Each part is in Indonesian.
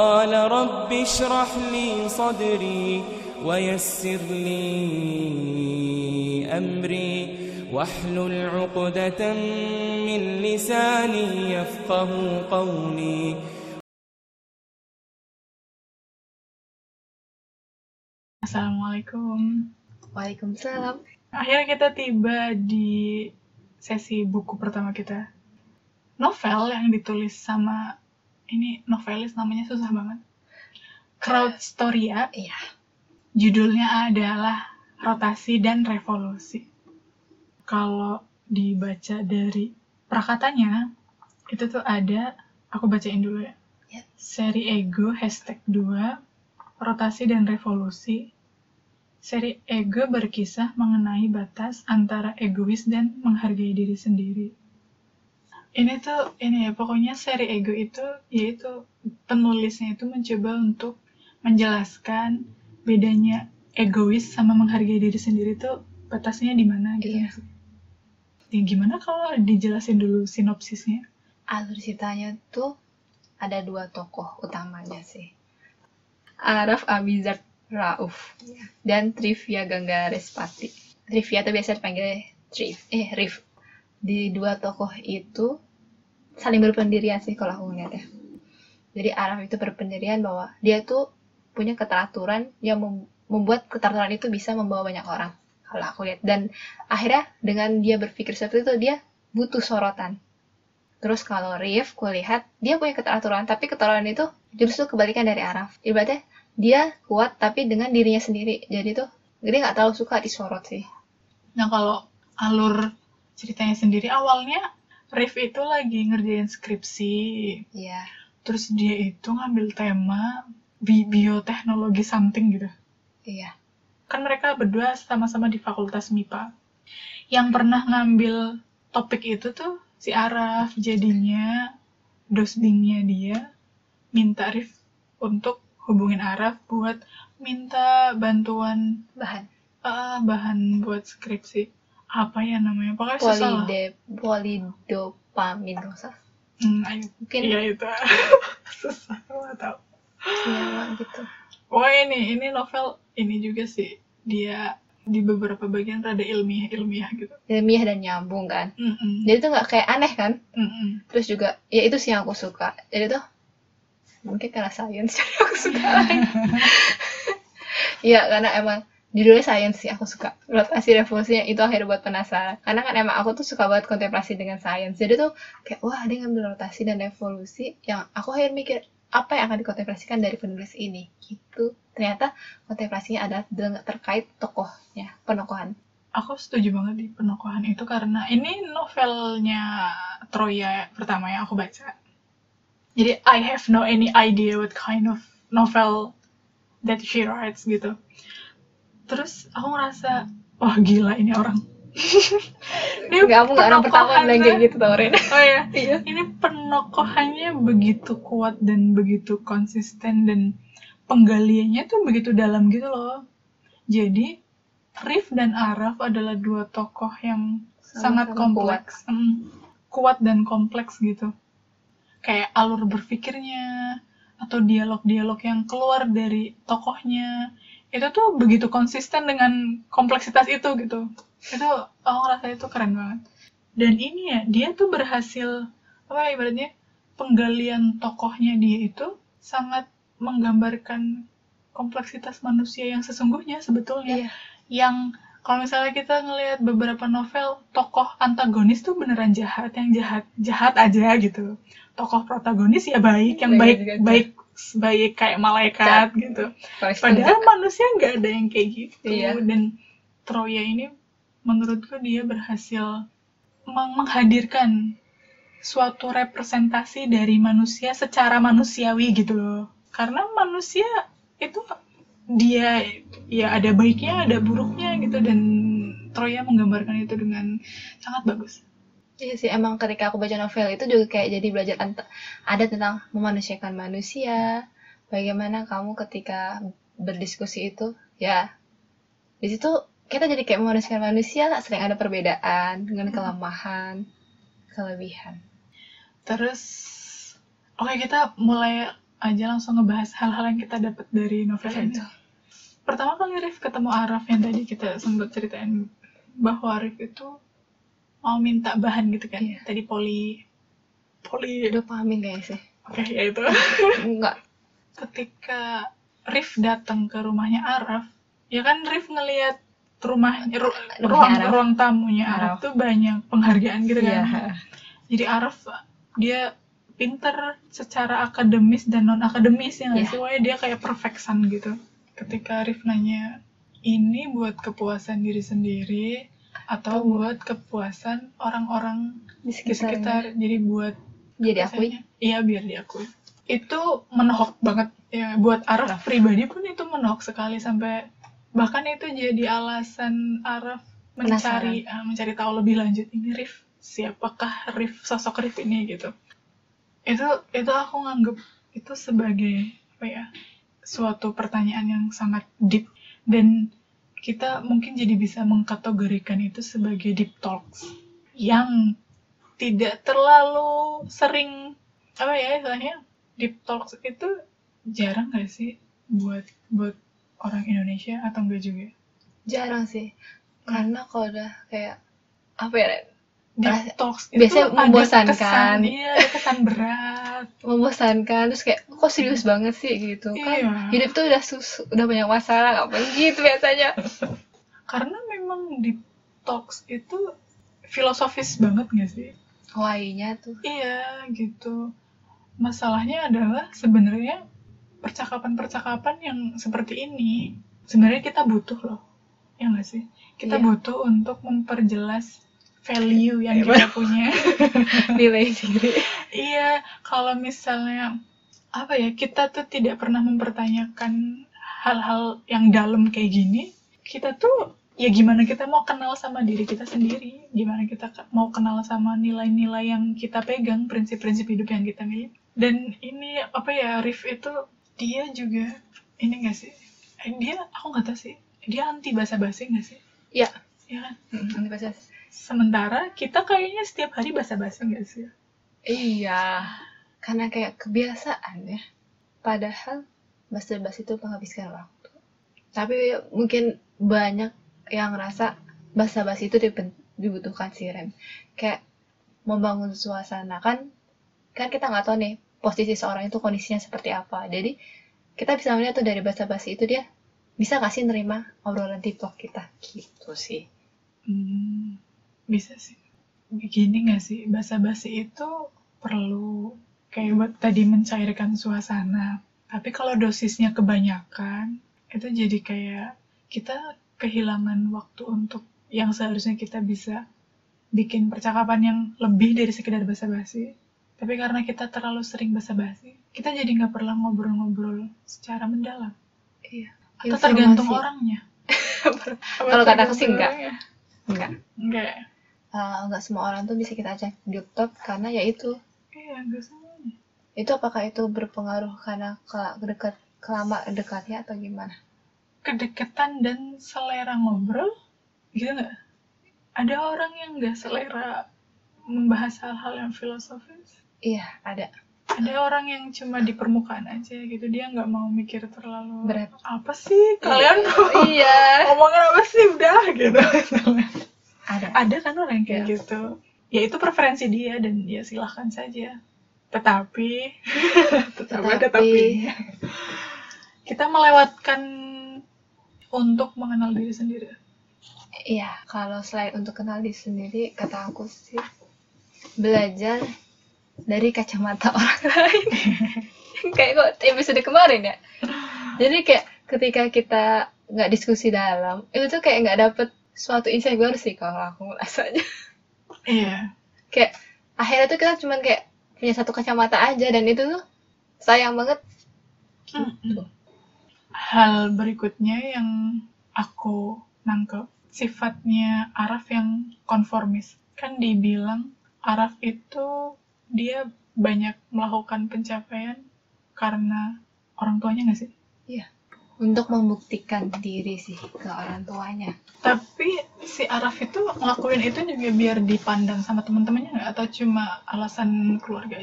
قال رب اشرح لي صدري ويسر لي أمري واحلل عقدة من لساني يفقه قولي. Assalamualaikum. Waalaikumsalam. Akhirnya kita tiba di sesi buku pertama kita. Novel yang ditulis sama, ini novelis namanya susah banget, Crowdstoria. Iya. Judulnya adalah Rotasi dan Revolusi. Kalau dibaca dari prakatanya, itu tuh ada, aku bacain dulu ya. Ya. Seri ego, #2, rotasi dan revolusi. Seri ego berkisah mengenai batas antara egois dan menghargai diri sendiri. Ini ya, pokoknya seri ego itu, yaitu penulisnya itu mencoba untuk menjelaskan bedanya egois sama menghargai diri sendiri tuh batasnya di mana gitu. Iya. Ya, gimana kalau dijelasin dulu sinopsisnya? Alur ceritanya tuh ada 2 tokoh utamanya sih. Araf Abizar Rauf dan Trivia Ganggarespati. Trivia tuh biasa dipanggil Rif. Di 2 tokoh itu saling berpendirian sih kalau aku ngeliat ya. Jadi Araf itu berpendirian bahwa dia tuh punya keteraturan yang membuat keteraturan itu bisa membawa banyak orang. Kalau aku lihat. Dan akhirnya dengan dia berpikir seperti itu, dia butuh sorotan. Terus kalau Rif, aku lihat dia punya keteraturan, tapi keteraturan itu justru kebalikan dari Araf. Ibaratnya dia kuat tapi dengan dirinya sendiri. Jadi tuh dia nggak terlalu suka disorot sih. Nah, kalau alur ceritanya sendiri, awalnya Rif itu lagi ngerjain skripsi. Iya. Terus dia itu ngambil tema bioteknologi something gitu. Iya. Kan mereka berdua sama-sama di fakultas MIPA. Yang pernah ngambil topik itu tuh si Araf. Jadinya dosbingnya dia minta Rif untuk hubungin Araf buat minta bantuan bahan buat skripsi. Apa ya namanya? Pokoknya susah lah. Polidopamin, nggak usah. Mungkin. Iya itu. Susah, nggak tahu. Iya gitu. Oh ini novel ini juga sih, dia di beberapa bagian rada ilmiah gitu. Ilmiah dan nyambung kan. Mm-mm. Jadi tuh nggak kayak aneh kan. Mm-mm. Terus juga ya itu sih yang aku suka. Jadi tuh mungkin karena science jadi aku suka. Iya karena emang judulnya science sih aku suka. Rotasi revolusinya itu akhirnya buat penasaran. Karena kan emang aku tuh suka banget kontemplasi dengan science. Jadi tuh kayak wah dia ngambil rotasi dan revolusi yang aku akhirnya mikir apa yang akan dikontemplasikan dari penulis ini gitu. Ternyata kontemplasinya adalah terkait tokohnya, penokohan. Aku setuju banget di penokohan itu karena ini novelnya Troya pertama yang aku baca. Jadi I have no any idea what kind of novel that she writes gitu. Terus aku ngerasa wah gila ini orang. Kamu nggak orang pertama yang bilang kayak gitu tau Ren. Oh ya, Iya. Ini penokohannya begitu kuat dan begitu konsisten dan penggaliannya tuh begitu dalam gitu loh. Jadi Rif dan Araf adalah 2 tokoh yang sangat kompleks, kuat dan kompleks gitu. Kayak alur berpikirnya atau dialog-dialog yang keluar dari tokohnya itu tuh begitu konsisten dengan kompleksitas itu gitu. Itu aku ngerasa itu keren banget. Dan ini ya, dia tuh berhasil ibaratnya penggalian tokohnya dia itu sangat menggambarkan kompleksitas manusia yang sesungguhnya sebetulnya. Iya. Yang kalau misalnya kita ngelihat beberapa novel, tokoh antagonis tuh beneran jahat, yang jahat aja gitu. Tokoh protagonis ya baik, yang baik kayak malaikat gitu. Padahal manusia nggak ada yang kayak gitu. Iya. Dan Troya ini menurutku dia berhasil menghadirkan suatu representasi dari manusia secara manusiawi gitu loh. Karena manusia itu dia ya ada baiknya, ada buruknya gitu, dan Troya menggambarkan itu dengan sangat bagus. Iya sih, emang ketika aku baca novel itu juga kayak jadi belajar ada tentang memanusiakan manusia, bagaimana kamu ketika berdiskusi itu, ya di situ kita jadi kayak memanusiakan manusia, sering ada perbedaan dengan kelemahan, kelebihan. Terus, oke, kita mulai aja langsung ngebahas hal-hal yang kita dapat dari novel ini. Pertama kali Rif ketemu Araf yang tadi kita sempat ceritain bahwa Arif itu mau minta bahan gitu kan. Iya. Tadi poli Dopamin kayaknya sih. oke, ya itu. Enggak. Ketika Rif datang ke rumahnya Araf, ya kan Rif ngelihat rumahnya ruang tamunya Araf tuh banyak penghargaan gitu kan. Iya. Jadi Araf dia pinter secara akademis dan non akademis ya nggak Iya. sih? Pokoknya dia kayak perfeksan gitu. Ketika Rif nanya, ini buat kepuasan diri sendiri atau buat kepuasan orang-orang Di di sekitar, jadi buat Jadi akui. iya biar diakui. Itu menohok banget ya, buat Araf pribadi pun itu menohok sekali, sampai bahkan itu jadi alasan Araf mencari tahu lebih lanjut, ini Rif siapakah sosok Rif ini gitu. Itu aku nganggep itu sebagai apa ya, suatu pertanyaan yang sangat deep, dan kita mungkin jadi bisa mengkategorikan itu sebagai deep talks yang tidak terlalu sering, apa ya istilahnya, deep talks itu jarang gak sih buat orang Indonesia atau enggak juga? Jarang sih. Karena kalau udah kayak apa ya, Deep talks itu biasanya ada membosankan. ada kesan berat. membosankan, terus kayak kok serius banget sih gitu kan. Iya. Hidup tuh udah banyak masalah, ngapain gitu biasanya. Karena memang deep talks itu filosofis banget gak sih? Why-nya tuh Iya gitu. Masalahnya adalah sebenarnya percakapan-percakapan yang seperti ini sebenarnya kita butuh loh, ya nggak sih? Kita Iya. butuh untuk memperjelas value yang kita punya. nilai diri. Iya, kalau misalnya apa ya, kita tuh tidak pernah mempertanyakan hal-hal yang dalam kayak gini, kita tuh ya gimana kita mau kenal sama diri kita sendiri, gimana kita mau kenal sama nilai-nilai yang kita pegang, prinsip-prinsip hidup yang kita miliki. Dan ini apa ya, Rif itu dia juga ini nggak sih, aku nggak tahu sih, dia anti basa-basi nggak sih? Iya. Ya kan? Nanti pas Sementara kita kayaknya setiap hari basa-basi nggak sih? iya, karena kayak kebiasaan ya. Padahal basa-basi itu menghabiskan waktu. Tapi mungkin banyak yang ngerasa basa-basi itu dibutuhkan sih, Rem. Kayak membangun suasana kan kita nggak tahu nih posisi seorang itu kondisinya seperti apa. Jadi kita bisa melihat tuh dari basa-basi itu dia bisa nggak sih nerima obrolan TikTok kita gitu sih. Bisa sih. Begini nggak sih, basa-basi itu perlu kayak buat tadi mencairkan suasana. Tapi kalau dosisnya kebanyakan, itu jadi kayak kita kehilangan waktu untuk yang seharusnya kita bisa bikin percakapan yang lebih dari sekedar basa-basi. Tapi karena kita terlalu sering basa-basi, kita jadi nggak pernah ngobrol-ngobrol secara mendalam. Iya. Atau tergantung orangnya. Kalau kata aku sih enggak. Enggak semua orang tuh bisa kita ajak deep talk karena ya itu. Iya, enggak semuanya. Itu apakah itu berpengaruh karena dekatnya atau gimana? Kedekatan dan selera ngobrol gitu nggak? Ada orang yang nggak selera membahas hal-hal yang filosofis. Iya, ada. Ada orang yang cuma di permukaan aja gitu, dia nggak mau mikir terlalu berat. Apa sih kalian iya. ngomongin apa sih udah gitu. Ada kan orang yang kayak gitu. Ya itu preferensi dia dan ya silahkan saja. Tetapi ada tapinya. Kita melewatkan untuk mengenal diri sendiri. Iya, kalau selain untuk kenal diri sendiri, kata aku sih belajar dari kacamata orang lain. Kayak kok episode kemarin ya. Jadi kayak ketika kita nggak diskusi dalam, itu tuh kayak nggak dapet suatu insight baru sih kalau aku ngerasanya. Iya. Kayak akhirnya tuh kita cuman kayak punya satu kacamata aja, dan itu tuh sayang banget. Gitu. Hal berikutnya yang aku nangkep, sifatnya Araf yang konformis. Kan dibilang Araf itu dia banyak melakukan pencapaian karena orang tuanya nggak sih? Iya. Untuk membuktikan diri sih ke orang tuanya. Tapi si Araf itu ngelakuin itu juga biar dipandang sama teman-temannya nggak? Atau cuma alasan keluarga aja?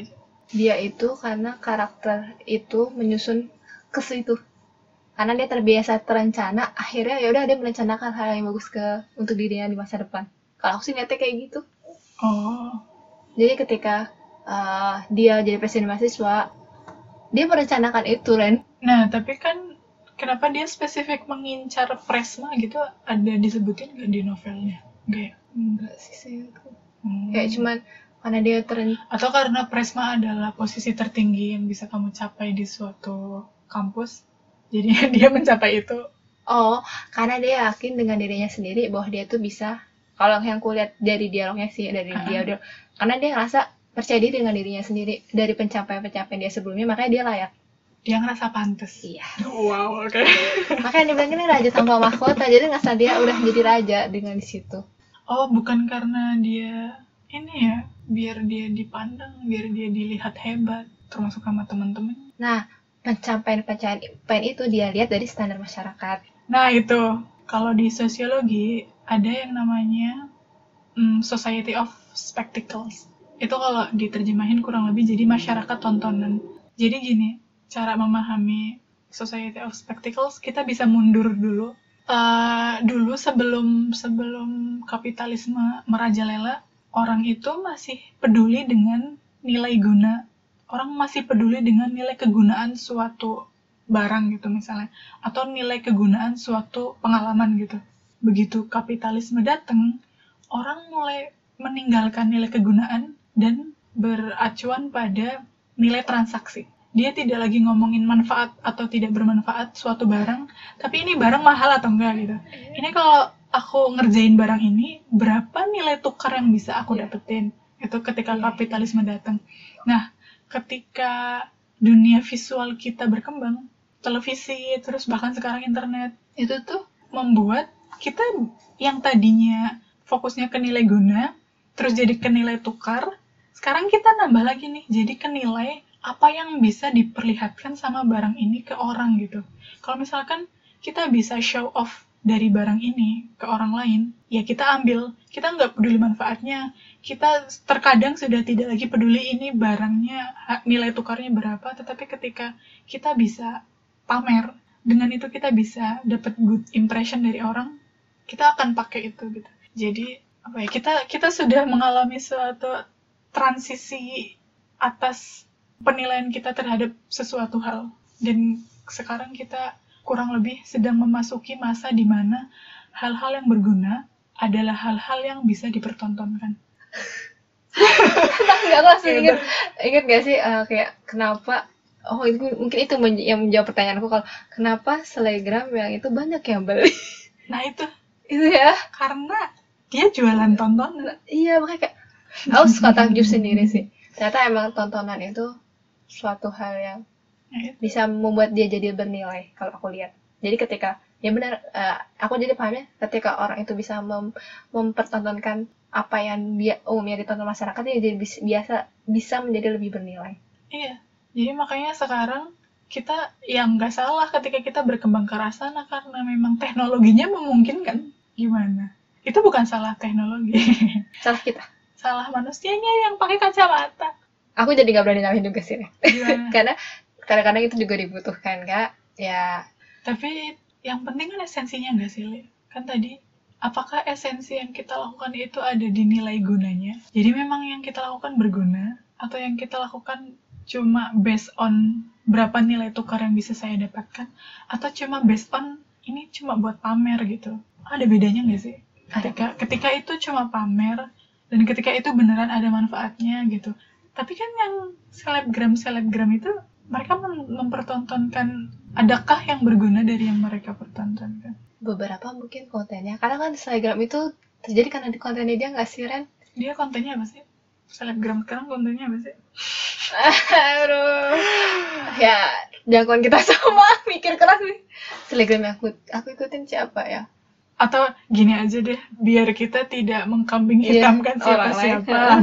Dia itu karena karakter itu menyusun ke situ. Karena dia terbiasa terencana, akhirnya ya udah dia merencanakan hal yang bagus untuk dirinya di masa depan. Kalau aku sih lihatnya kayak gitu. Oh, Jadi ketika dia jadi presiden mahasiswa, dia merencanakan itu, Ren. nah tapi kan kenapa dia spesifik mengincar Presma gitu? Ada disebutin nggak di novelnya? Nggak ya? Enggak sih saya itu. Hmm. Kayak cuman karena dia Atau karena Presma adalah posisi tertinggi yang bisa kamu capai di suatu kampus, jadi dia mencapai itu. karena dia yakin dengan dirinya sendiri bahwa dia tuh bisa. Kalau yang kulihat dari dialognya sih, dari dia karena dia ngerasa percaya diri dengan dirinya sendiri dari pencapaian-pencapaian dia sebelumnya, makanya dia layak. Dia ngerasa pantas. Iya. Wow, oke. Makanya dia bilang ini raja tanpa mahkota, jadi ngerasa dia udah jadi raja dengan di situ. Oh, bukan karena dia ini ya, biar dia dipandang, biar dia dilihat hebat, termasuk sama teman-teman. Nah, pencapaian itu dia lihat dari standar masyarakat. Nah, itu. Kalau di sosiologi, ada yang namanya Society of Spectacles. Itu kalau diterjemahin kurang lebih jadi masyarakat tontonan. Jadi gini, cara memahami Society of Spectacles, kita bisa mundur dulu. Dulu sebelum kapitalisme merajalela, orang itu masih peduli dengan nilai guna. Orang masih peduli dengan nilai kegunaan suatu barang gitu misalnya, atau nilai kegunaan suatu pengalaman gitu. Begitu kapitalisme datang, orang mulai meninggalkan nilai kegunaan dan beracuan pada nilai transaksi. Dia tidak lagi ngomongin manfaat atau tidak bermanfaat suatu barang, tapi ini barang mahal atau enggak gitu. Ini kalau aku ngerjain barang ini, berapa nilai tukar yang bisa aku dapetin? Itu ketika kapitalisme datang. Nah, ketika dunia visual kita berkembang, televisi, terus bahkan sekarang internet, itu tuh membuat kita yang tadinya fokusnya ke nilai guna, terus jadi ke nilai tukar, sekarang kita nambah lagi nih, jadi ke nilai apa yang bisa diperlihatkan sama barang ini ke orang gitu. Kalau misalkan kita bisa show off dari barang ini ke orang lain, ya kita ambil, kita nggak peduli manfaatnya, kita terkadang sudah tidak lagi peduli ini barangnya, nilai tukarnya berapa, tetapi ketika kita bisa pamer, dengan itu kita bisa dapat good impression dari orang, kita akan pakai itu gitu. Jadi apa ya, kita sudah mengalami suatu transisi atas penilaian kita terhadap sesuatu hal, dan sekarang kita kurang lebih sedang memasuki masa di mana hal-hal yang berguna adalah hal-hal yang bisa dipertontonkan. Enggak, aku langsung ingat gak sih kayak kenapa mungkin itu yang menjawab pertanyaanku, kalau kenapa Selegram yang itu banyak yang beli. Nah itu ya karena dia jualan tontonan. Iya, makanya kayak aku suka takjub sendiri sih, ternyata emang tontonan itu suatu hal yang bisa membuat dia jadi bernilai kalau aku lihat. Jadi ketika ya benar, aku jadi pahamnya ketika orang itu bisa mempertontonkan apa yang dia umumnya ditonton masyarakat, dia jadi bisa menjadi lebih bernilai. Iya, jadi makanya sekarang kita yang nggak salah ketika kita berkembang ke arah sana karena memang teknologinya memungkinkan. Gimana? Itu bukan salah teknologi. Salah kita. Salah manusianya yang pakai kacamata. Aku jadi nggak berani namain juga sih. Karena kadang-kadang itu juga dibutuhkan, Kak. Ya. Tapi yang penting kan esensinya nggak sih, Le? Kan tadi, apakah esensi yang kita lakukan itu ada di nilai gunanya? Jadi memang yang kita lakukan berguna, atau yang kita lakukan cuma based on berapa nilai tukar yang bisa saya dapatkan, atau cuma based on ini cuma buat pamer gitu? Ada bedanya nggak sih? Ketika itu cuma pamer, dan ketika itu beneran ada manfaatnya gitu. Tapi kan yang selebgram itu, mereka mempertontonkan, adakah yang berguna dari yang mereka pertontonkan? Beberapa mungkin kontennya, karena kan Selebgram itu terjadi karena di kontennya dia nggak sih, Ren? Dia kontennya apa sih? Selebgram sekarang kontennya apa sih? Aduh. Ya, jangkauan kita sama, mikir keras nih. Selebgram yang aku ikutin siapa ya? Atau gini aja deh, biar kita tidak mengkambing hitamkan siapa-siapa.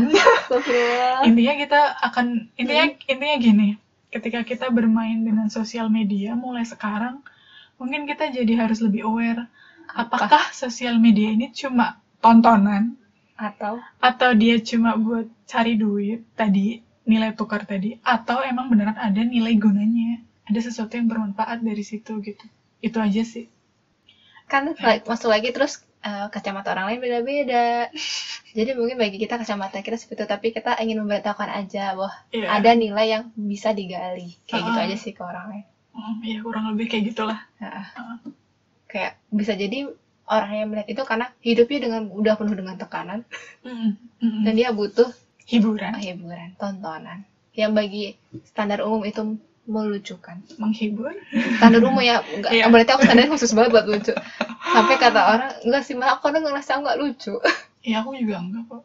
Intinya gini, ketika kita bermain dengan sosial media mulai sekarang, mungkin kita jadi harus lebih aware. Apakah sosial media ini cuma tontonan? Atau dia cuma buat cari duit tadi? nilai tukar tadi, atau emang beneran ada nilai gunanya, ada sesuatu yang bermanfaat dari situ gitu. Itu aja sih. Kan masuk lagi terus kacamata orang lain beda-beda. Jadi mungkin bagi kita kacamata kita seperti itu, tapi kita ingin memberitahukan aja bahwa ada nilai yang bisa digali. Kayak gitu aja sih ke orang lain. Iya, kurang lebih kayak gitulah. Kayak bisa jadi orang yang melihat itu karena hidupnya udah penuh dengan tekanan, dan dia butuh hiburan, tontonan yang bagi standar umum itu melucukan, menghibur. Standar umum ya, enggak berarti aku standar khusus banget buat lucu. Sampai kata orang, enggak sih mah, aku ngerasa enggak lucu. Iya, aku juga enggak kok.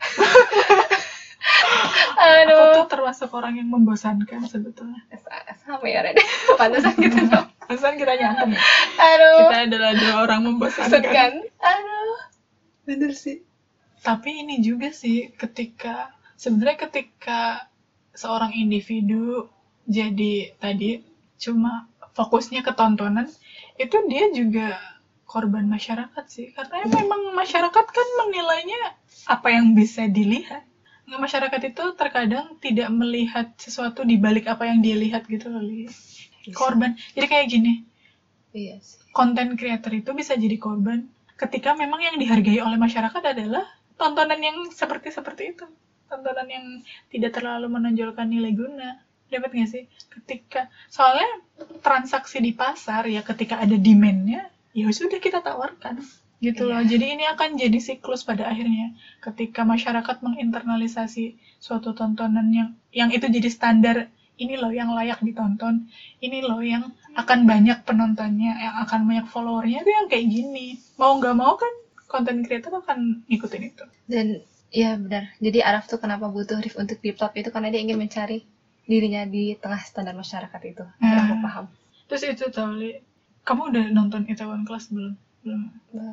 Aduh. Aku tuh termasuk orang yang membosankan sebetulnya. Sama ya, Red. Pantesan kita Pantesan kita nyantem ya. Aduh. Kita adalah dua orang membosankan. Aduh. Bener sih. Tapi ini juga sih, sebenarnya ketika seorang individu jadi tadi cuma fokusnya ke tontonan, itu dia juga korban masyarakat sih. Karena memang masyarakat kan menilainya apa yang bisa dilihat. Masyarakat itu terkadang tidak melihat sesuatu di balik apa yang dia lihat gitu loh. Korban. Jadi kayak gini. Iya sih. Konten creator itu bisa jadi korban ketika memang yang dihargai oleh masyarakat adalah tontonan yang seperti itu. Tontonan yang tidak terlalu menonjolkan nilai guna. Dapat nggak sih? Soalnya transaksi di pasar ya, ketika ada demand-nya, ya sudah kita tawarkan. Gitu loh. Jadi ini akan jadi siklus pada akhirnya. Ketika masyarakat menginternalisasi suatu tontonan yang itu jadi standar, ini loh yang layak ditonton, ini loh yang akan banyak penontonnya, yang akan banyak followernya, itu yang kayak gini. Mau nggak mau kan konten creator akan ngikutin itu. Dan ya benar. Jadi Araf tuh kenapa butuh Rif untuk deep talk itu karena dia ingin mencari dirinya di tengah standar masyarakat itu. Aku paham. Terus itu tau, Li, kamu udah nonton Itaewon Class belum? Belum.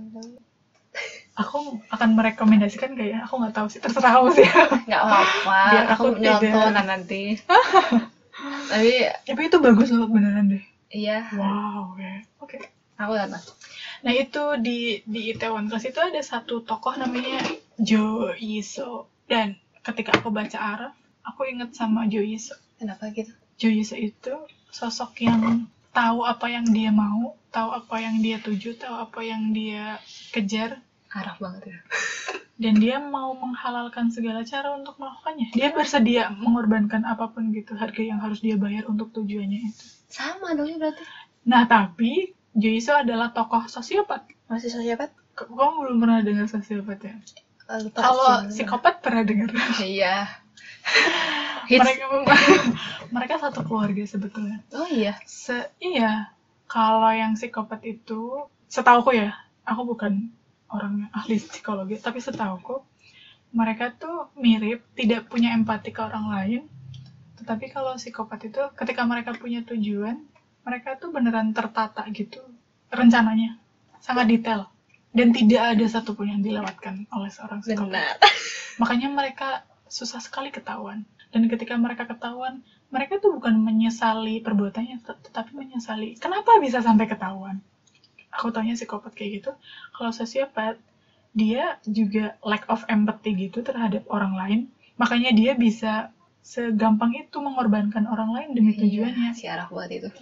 Aku akan merekomendasikan kayaknya, aku nggak tahu sih, terserah kamu sih. Nggak apa-apa. Biar aku nonton nanti. Tapi itu bagus loh, beneran deh. Iya. Wow, ya. Oke. Aku nonton. Nah itu di Itaewon Class itu ada satu tokoh namanya Jo Yiso. Dan ketika aku baca Araf, aku inget sama Jo Yiso. Kenapa gitu? Jo Yiso itu sosok yang tahu apa yang dia mau, tahu apa yang dia tuju, tahu apa yang dia kejar. Araf banget ya. Dan dia mau menghalalkan segala cara untuk melakukannya. Dia bersedia mengorbankan apapun gitu, harga yang harus dia bayar untuk tujuannya itu. Sama dong berarti. Nah tapi Jo Yiso adalah tokoh sosiopat. Masih sosiopat? Kamu belum pernah dengar sosiopat ya? Kalau psikopat pernah dengar? Iya. Mereka satu keluarga sebetulnya. Oh iya? Iya. Kalau yang psikopat itu, setauku ya, aku bukan orang ahli psikologi, tapi setauku mereka tuh mirip, tidak punya empati ke orang lain. Tetapi kalau psikopat itu, ketika mereka punya tujuan, mereka tuh beneran tertata gitu rencananya, sangat detail, dan tidak ada satupun yang dilewatkan oleh seorang psikopat. Benar. Makanya mereka susah sekali ketahuan. Dan ketika mereka ketahuan, mereka tuh bukan menyesali perbuatannya, tetapi menyesali kenapa bisa sampai ketahuan. Aku taunya psikopat kayak gitu. Kalau sosiopat, dia juga lack of empathy gitu terhadap orang lain. Makanya dia bisa segampang itu mengorbankan orang lain demi tujuannya. Si Araf buat itu.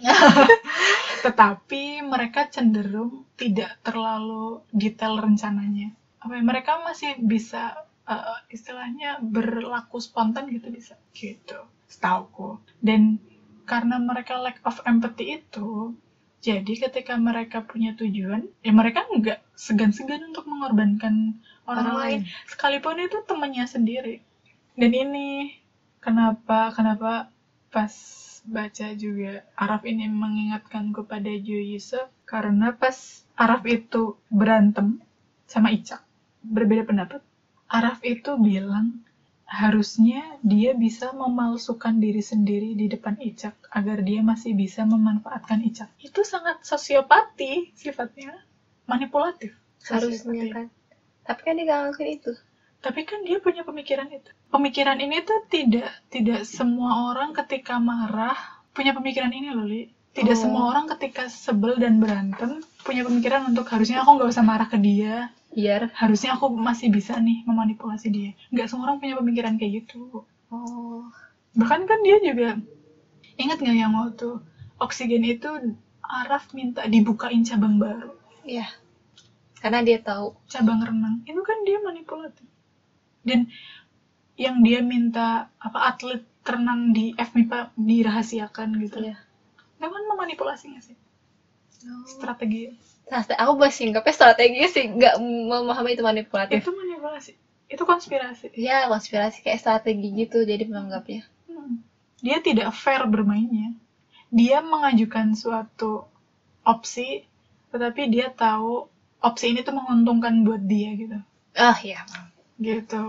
Tetapi mereka cenderung tidak terlalu detail rencananya. Mereka masih bisa istilahnya berlaku spontan gitu, bisa gitu, setauku. Dan karena mereka lack of empathy itu, jadi ketika mereka punya tujuan, ya mereka nggak segan-segan untuk mengorbankan orang lain, sekalipun itu temannya sendiri. Dan ini kenapa pas baca juga Araf ini mengingatkanku pada Jo Yiso, karena pas Araf itu berantem sama Icak, berbeda pendapat. Araf itu bilang harusnya dia bisa memalsukan diri sendiri di depan Icak agar dia masih bisa memanfaatkan Icak. Itu sangat sosiopati sifatnya, manipulatif. Harusnya kan. Tapi kan dia gak ngelakuin itu. Tapi kan dia punya pemikiran itu. Pemikiran ini tuh tidak semua orang ketika marah punya pemikiran ini loh, Li. Tidak semua orang ketika sebel dan berantem punya pemikiran untuk harusnya aku nggak usah marah ke dia. Biar harusnya aku masih bisa nih memanipulasi dia. Nggak semua orang punya pemikiran kayak gitu. Bahkan kan dia juga, ingat nggak yang waktu Oksigen itu Araf minta dibukain cabang baru, Iya. Karena dia tahu. cabang renang. Itu kan dia manipulatif. Dan yang dia minta atlet renang di FMIPA dirahasiakan gitu. Iya. Itu kan memanipulasi nggak sih? Strategi. Aku masih nggak strategi sih, nggak memahami itu manipulatif. Itu manipulasi. Itu konspirasi. Ya, konspirasi kayak strategi gitu, jadi menganggapnya. Dia tidak fair bermainnya. Dia mengajukan suatu opsi, tetapi dia tahu opsi ini tuh menguntungkan buat dia gitu. Ah, iya. Gitu.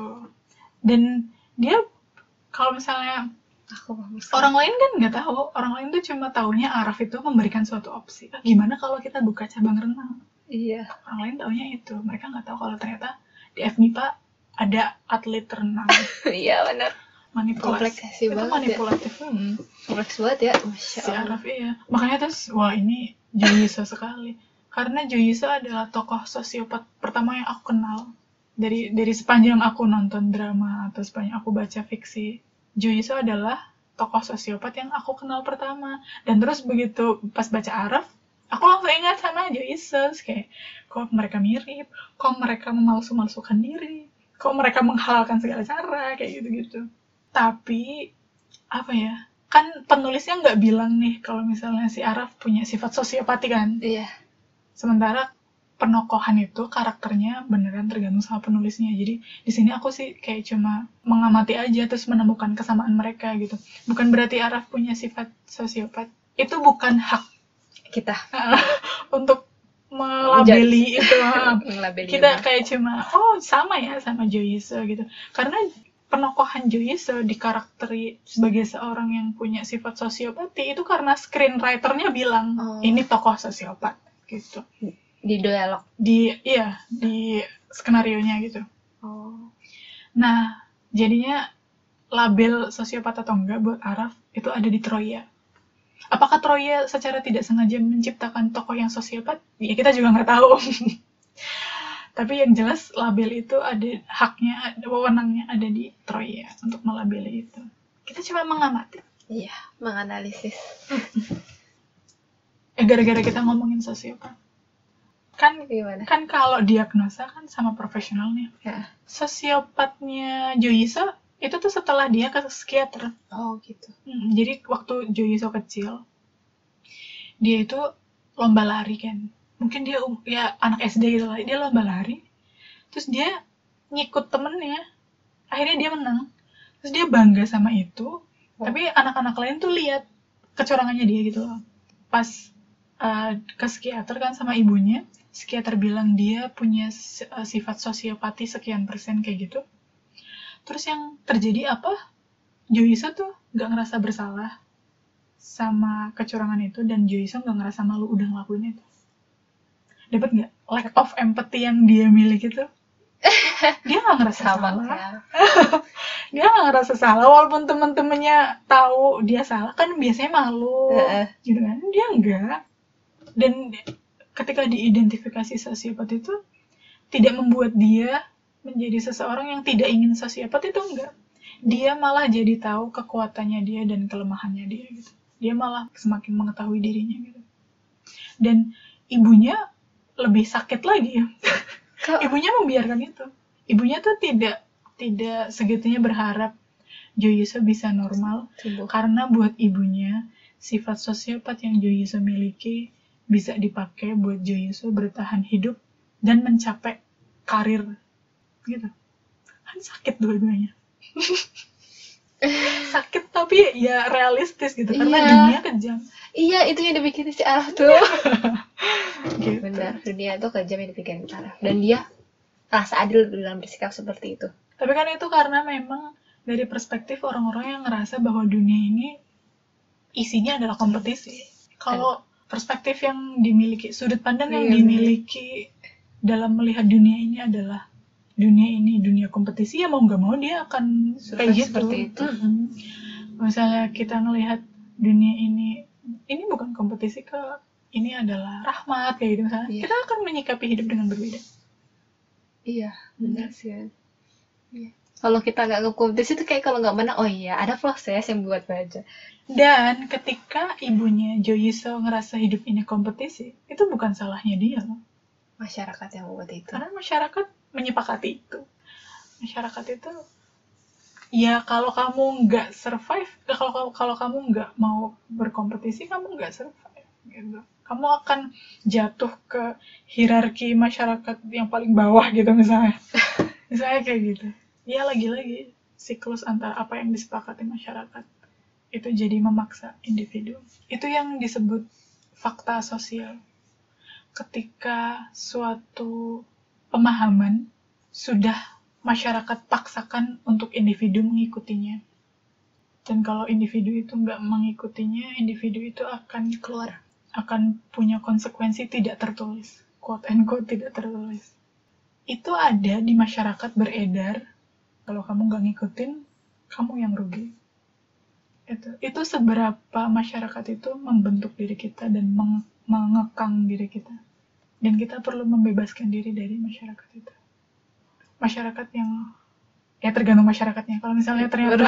Dan dia kalau misalnya Aku paham. orang lain kan nggak tahu, orang lain tuh cuma taunya Araf itu memberikan suatu opsi. Gimana kalau kita buka cabang renang? Iya. Orang lain taunya itu. Mereka nggak tahu kalau ternyata di FMIPA ada atlet renang. Iya, benar. Manipulasi. Kompleks Itu banget manipulatif. Kompleks banget ya. Masya Si Allah. Araf iya. Makanya terus, wah ini Jo Yiso sekali. Karena Jo Yiso adalah tokoh sosiopat pertama yang aku kenal. Dari sepanjang aku nonton drama atau sepanjang aku baca fiksi, Jo Yiso adalah tokoh sosiopat yang aku kenal pertama. Dan terus begitu pas baca Araf, aku langsung ingat sama Jo Yiso. Kayak, kok mereka mirip, kok mereka memalsu-malsukan diri, kok mereka menghalalkan segala cara, kayak gitu-gitu. Tapi, apa ya, kan penulisnya nggak bilang nih kalau misalnya si Araf punya sifat sosiopati kan. Iya. Sementara penokohan itu karakternya beneran tergantung sama penulisnya. Jadi di sini aku sih kayak cuma mengamati aja terus menemukan kesamaan mereka gitu. Bukan berarti Araf punya sifat sosiopat. Itu bukan hak Kita untuk melabeli itu. ngelabeli Kita orang. kayak cuma sama ya sama Jo Yiso gitu. Karena penokohan Jo Yiso dikarakteri sebagai seorang yang punya sifat sosiopati itu karena screenwriter-nya bilang ini tokoh sosiopat gitu. Di dialog. Di skenarionya gitu. Nah, jadinya label sosiopat atau enggak buat Araf itu ada di Troya. Apakah Troya secara tidak sengaja menciptakan tokoh yang sosiopat? Ya kita juga nggak tahu. Tapi yang jelas label itu ada haknya, wewenangnya ada di Troya untuk melabeli itu. Kita cuma mengamati. Iya, menganalisis. Gara-gara kita ngomongin sosiopat. Kan Gimana? kan kalau diagnosa kan sama profesionalnya. Ya. Sosiopatnya Jo Yiso itu tuh setelah dia ke psikiater. Oh, gitu. Jadi waktu Jo Yiso kecil, dia itu lomba lari kan. Mungkin dia ya anak SD gitu lah, dia lomba lari, terus dia ngikut temennya, akhirnya dia menang, terus dia bangga sama itu, tapi anak-anak lain tuh lihat kecurangannya dia gitu loh. Pas ke psikiater kan sama ibunya, psikiater bilang dia punya sifat sosiopati sekian persen kayak gitu. Terus yang terjadi apa? Jo Yiso tuh gak ngerasa bersalah sama kecurangan itu, dan Jo Yiso gak ngerasa malu udah ngelakuin itu. Dapat nggak lack of empathy yang dia miliki itu? Dia nggak ngerasa salah. Dia nggak ngerasa salah walaupun temen-temennya tahu dia salah, kan biasanya malu, gitu kan? Dia enggak. Dan ketika diidentifikasi sosiopat itu tidak membuat dia menjadi seseorang yang tidak ingin sosiopat, itu enggak. Dia malah jadi tahu kekuatannya dia dan kelemahannya dia gitu. Dia malah semakin mengetahui dirinya gitu. Dan ibunya lebih sakit lagi. Ibunya membiarkan itu. Ibunya tuh tidak segitunya berharap Jo Yiso bisa normal. Karena buat ibunya sifat sosiopat yang Jo Yiso miliki bisa dipakai buat Jo Yiso bertahan hidup dan mencapai karir gitu. Kan sakit dua-duanya. Sakit tapi ya realistis gitu, karena dunia kejam. Iya, itu yang dibikin si Araf tuh. Gitu. Benar, dunia itu kejam yang dibikin Araf. Dan dia rasa adil dalam bersikap seperti itu. Tapi kan itu karena memang dari perspektif orang-orang yang ngerasa bahwa dunia ini isinya adalah kompetisi. Kalau perspektif yang dimiliki, sudut pandang yang dimiliki dalam melihat dunia ini adalah dunia kompetisi, ya mau nggak mau dia akan kayak gitu. Seperti itu. Misalnya kita ngelihat dunia ini bukan kompetisi ini adalah rahmat kayak gitu misalnya. Kita akan menyikapi hidup dengan berbeda. Iya, benar sih. Iya. Kalau kita nggak ngekompetisi itu kayak kalau nggak menang, oh iya ada proses yang buat baca. Dan ketika ibunya Jo Yiso ngerasa hidup ini kompetisi, itu bukan salahnya dia loh. Masyarakat yang buat itu. Karena masyarakat menyepakati itu. Masyarakat itu, ya kalau kamu nggak survive, kalau kamu nggak mau berkompetisi, kamu nggak survive. Gitu. Kamu akan jatuh ke hierarki masyarakat yang paling bawah gitu misalnya. Misalnya kayak gitu. Ya lagi-lagi siklus antara apa yang disepakati masyarakat itu jadi memaksa individu. Itu yang disebut fakta sosial. Ketika suatu pemahaman sudah masyarakat paksakan untuk individu mengikutinya. Dan kalau individu itu nggak mengikutinya, individu itu akan punya konsekuensi tidak tertulis. Quote and quote tidak tertulis. Itu ada di masyarakat beredar. Kalau kamu nggak ngikutin, kamu yang rugi. Itu seberapa masyarakat itu membentuk diri kita dan mengekang diri kita. Dan kita perlu membebaskan diri dari masyarakat itu. Masyarakat yang, ya tergantung masyarakatnya. Kalau misalnya ternyata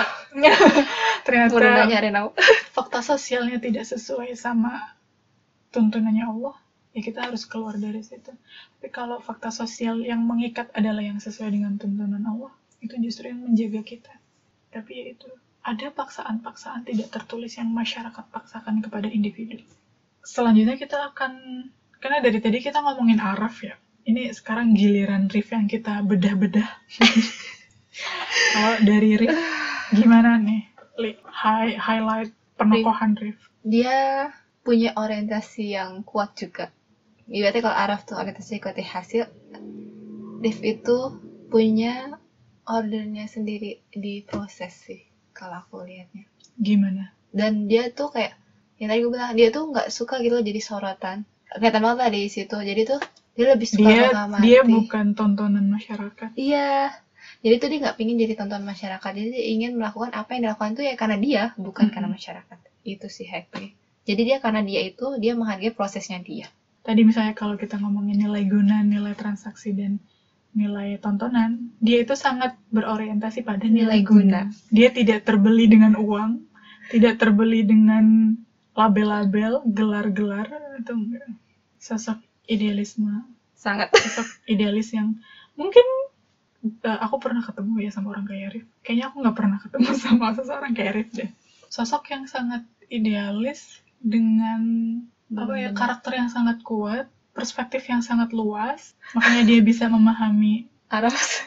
fakta sosialnya tidak sesuai sama tuntunannya Allah, ya kita harus keluar dari situ. Tapi kalau fakta sosial yang mengikat adalah yang sesuai dengan tuntunan Allah, itu justru yang menjaga kita. Tapi ya itu, ada paksaan-paksaan tidak tertulis yang masyarakat paksakan kepada individu. Selanjutnya kita akan, karena dari tadi kita ngomongin araf ya, ini sekarang giliran Rif yang kita bedah-bedah. Kalau dari Rif, gimana nih? Highlight penokohan Rif. Dia punya orientasi yang kuat juga. Ibaratnya kalau araf tuh orientasi kuat hasil, Rif itu punya ordernya sendiri di proses sih, kalau aku lihatnya. Gimana? Dan dia tuh kayak, yang tadi gue bilang, dia tuh nggak suka gitu jadi sorotan. Kelihatan banget lah di situ. Jadi tuh dia lebih suka mengamati. Dia bukan tontonan masyarakat. Iya. Jadi tuh dia nggak pingin jadi tontonan masyarakat. Jadi dia ingin melakukan apa yang dilakukan tuh ya karena dia, bukan karena masyarakat. Itu sih happy. Jadi dia karena dia itu, dia menghargai prosesnya dia. Tadi misalnya kalau kita ngomongin nilai guna, nilai transaksi, dan nilai tontonan, dia itu sangat berorientasi pada nilai guna. Dia tidak terbeli dengan uang, tidak terbeli dengan label-label, gelar-gelar, itu enggak. Sosok idealisme. Sangat. Sosok idealis yang mungkin aku pernah ketemu ya sama orang kayak Rif. Kayaknya aku nggak pernah ketemu sama seseorang kayak Rif deh. Sosok yang sangat idealis dengan karakter yang sangat kuat, perspektif yang sangat luas, makanya dia bisa memahami Araf.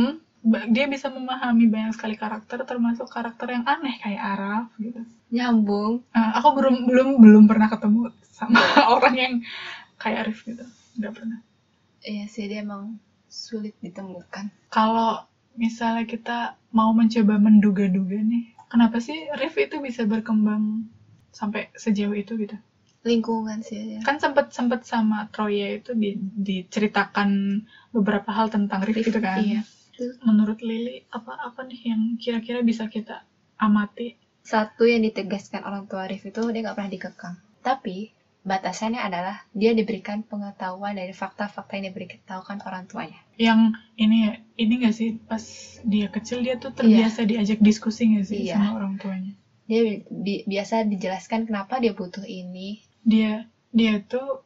Dia bisa memahami banyak sekali karakter, termasuk karakter yang aneh kayak Araf gitu. Nyambung. Aku belum pernah ketemu sama orang yang kayak Arif gitu, nggak pernah. Iya sih, dia emang sulit ditemukan. Kalau misalnya kita mau mencoba menduga-duga nih, kenapa sih Rif itu bisa berkembang sampai sejauh itu gitu? Lingkungan sih ya. Kan sempet sama Troya itu diceritakan beberapa hal tentang Rif gitu kan. Iya. Menurut Lily apa nih yang kira-kira bisa kita amati? Satu yang ditegaskan orang tua Rif itu dia nggak pernah dikekang. Tapi batasannya adalah dia diberikan pengetahuan dari fakta-fakta yang diberitahukan orang tuanya. Yang ini nggak sih pas dia kecil dia tuh terbiasa diajak diskusi nggak sih sama orang tuanya? Dia biasa dijelaskan kenapa dia butuh ini. Dia tuh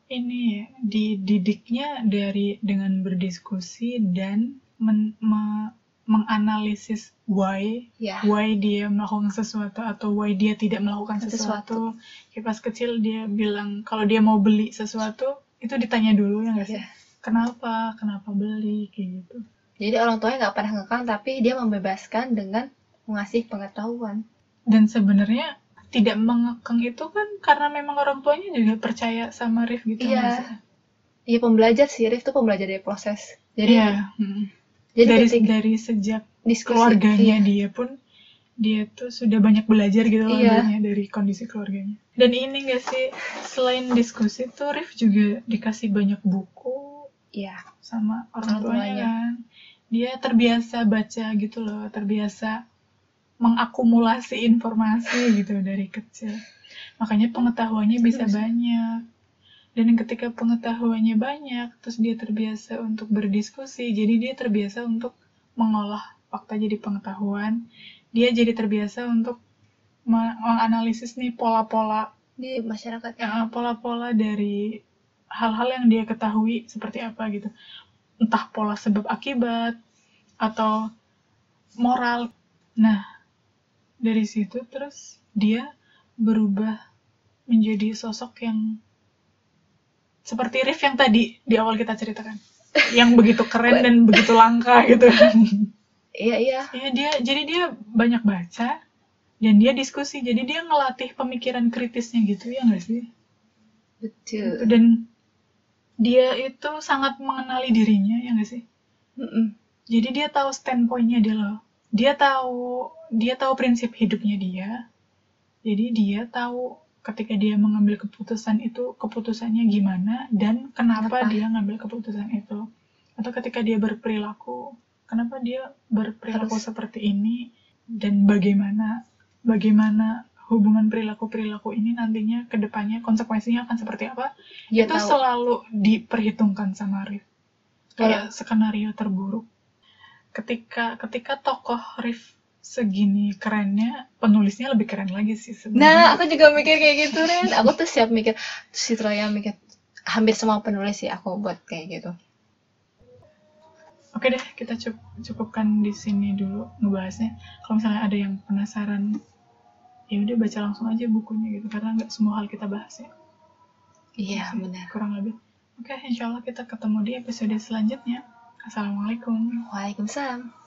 dididiknya dengan berdiskusi dan menganalisis why dia melakukan sesuatu atau why dia tidak melakukan sesuatu. Kayak pas kecil dia bilang kalau dia mau beli sesuatu itu ditanya dulu ya nggak sih? Kenapa beli kayak gitu. Jadi orang tuanya nggak pernah ngekang, tapi dia membebaskan dengan mengasih pengetahuan. Dan sebenarnya tidak mengekang itu kan karena memang orang tuanya juga percaya sama Rif gitu. Iya. Iya, pembelajar sih, Rif tuh pembelajar dari proses. Jadi dari sejak diskusi, keluarganya dia tuh sudah banyak belajar gitu dari kondisi keluarganya. Dan ini nggak sih, selain diskusi tuh Rif juga dikasih banyak buku sama orang tuanya kan. Dia terbiasa baca gitu loh, terbiasa mengakumulasi informasi gitu dari kecil. Makanya pengetahuannya bisa banyak. Dan ketika pengetahuannya banyak, terus dia terbiasa untuk berdiskusi, jadi dia terbiasa untuk mengolah fakta jadi pengetahuan, dia jadi terbiasa untuk menganalisis nih pola-pola Di masyarakat. pola-pola dari hal-hal yang dia ketahui seperti apa gitu. Entah pola sebab akibat atau moral. Nah, dari situ terus dia berubah menjadi sosok yang seperti Rif yang tadi di awal kita ceritakan. Yang begitu keren dan begitu langka gitu. Iya. Iya, dia banyak baca dan dia diskusi. Jadi dia ngelatih pemikiran kritisnya gitu, ya nggak sih? Betul. Dan dia itu sangat mengenali dirinya, ya nggak sih? Jadi dia tahu standpoint-nya dia loh. Dia tahu prinsip hidupnya dia. Jadi dia tahu ketika dia mengambil keputusan itu keputusannya gimana dan kenapa dia ngambil keputusan itu. Atau ketika dia berperilaku, kenapa dia berperilaku seperti ini dan bagaimana hubungan perilaku ini nantinya ke depannya konsekuensinya akan seperti apa. Dia itu tahu. Selalu diperhitungkan sama Rif. Kayak skenario terburuk. Ketika tokoh Rif segini kerennya, penulisnya lebih keren lagi sih sebenarnya. Nah, aku juga mikir kayak gitu, Ren. Aku tuh siap mikir, si Troya mikir, hampir semua penulis sih aku buat kayak gitu. Oke deh, kita cukupkan di sini dulu ngebahasnya. Kalau misalnya ada yang penasaran, ya udah baca langsung aja bukunya gitu, karena nggak semua hal kita bahas ya. Iya, benar. Kurang lebih. Oke, insya Allah kita ketemu di episode selanjutnya. Assalamualaikum. Waalaikumsalam.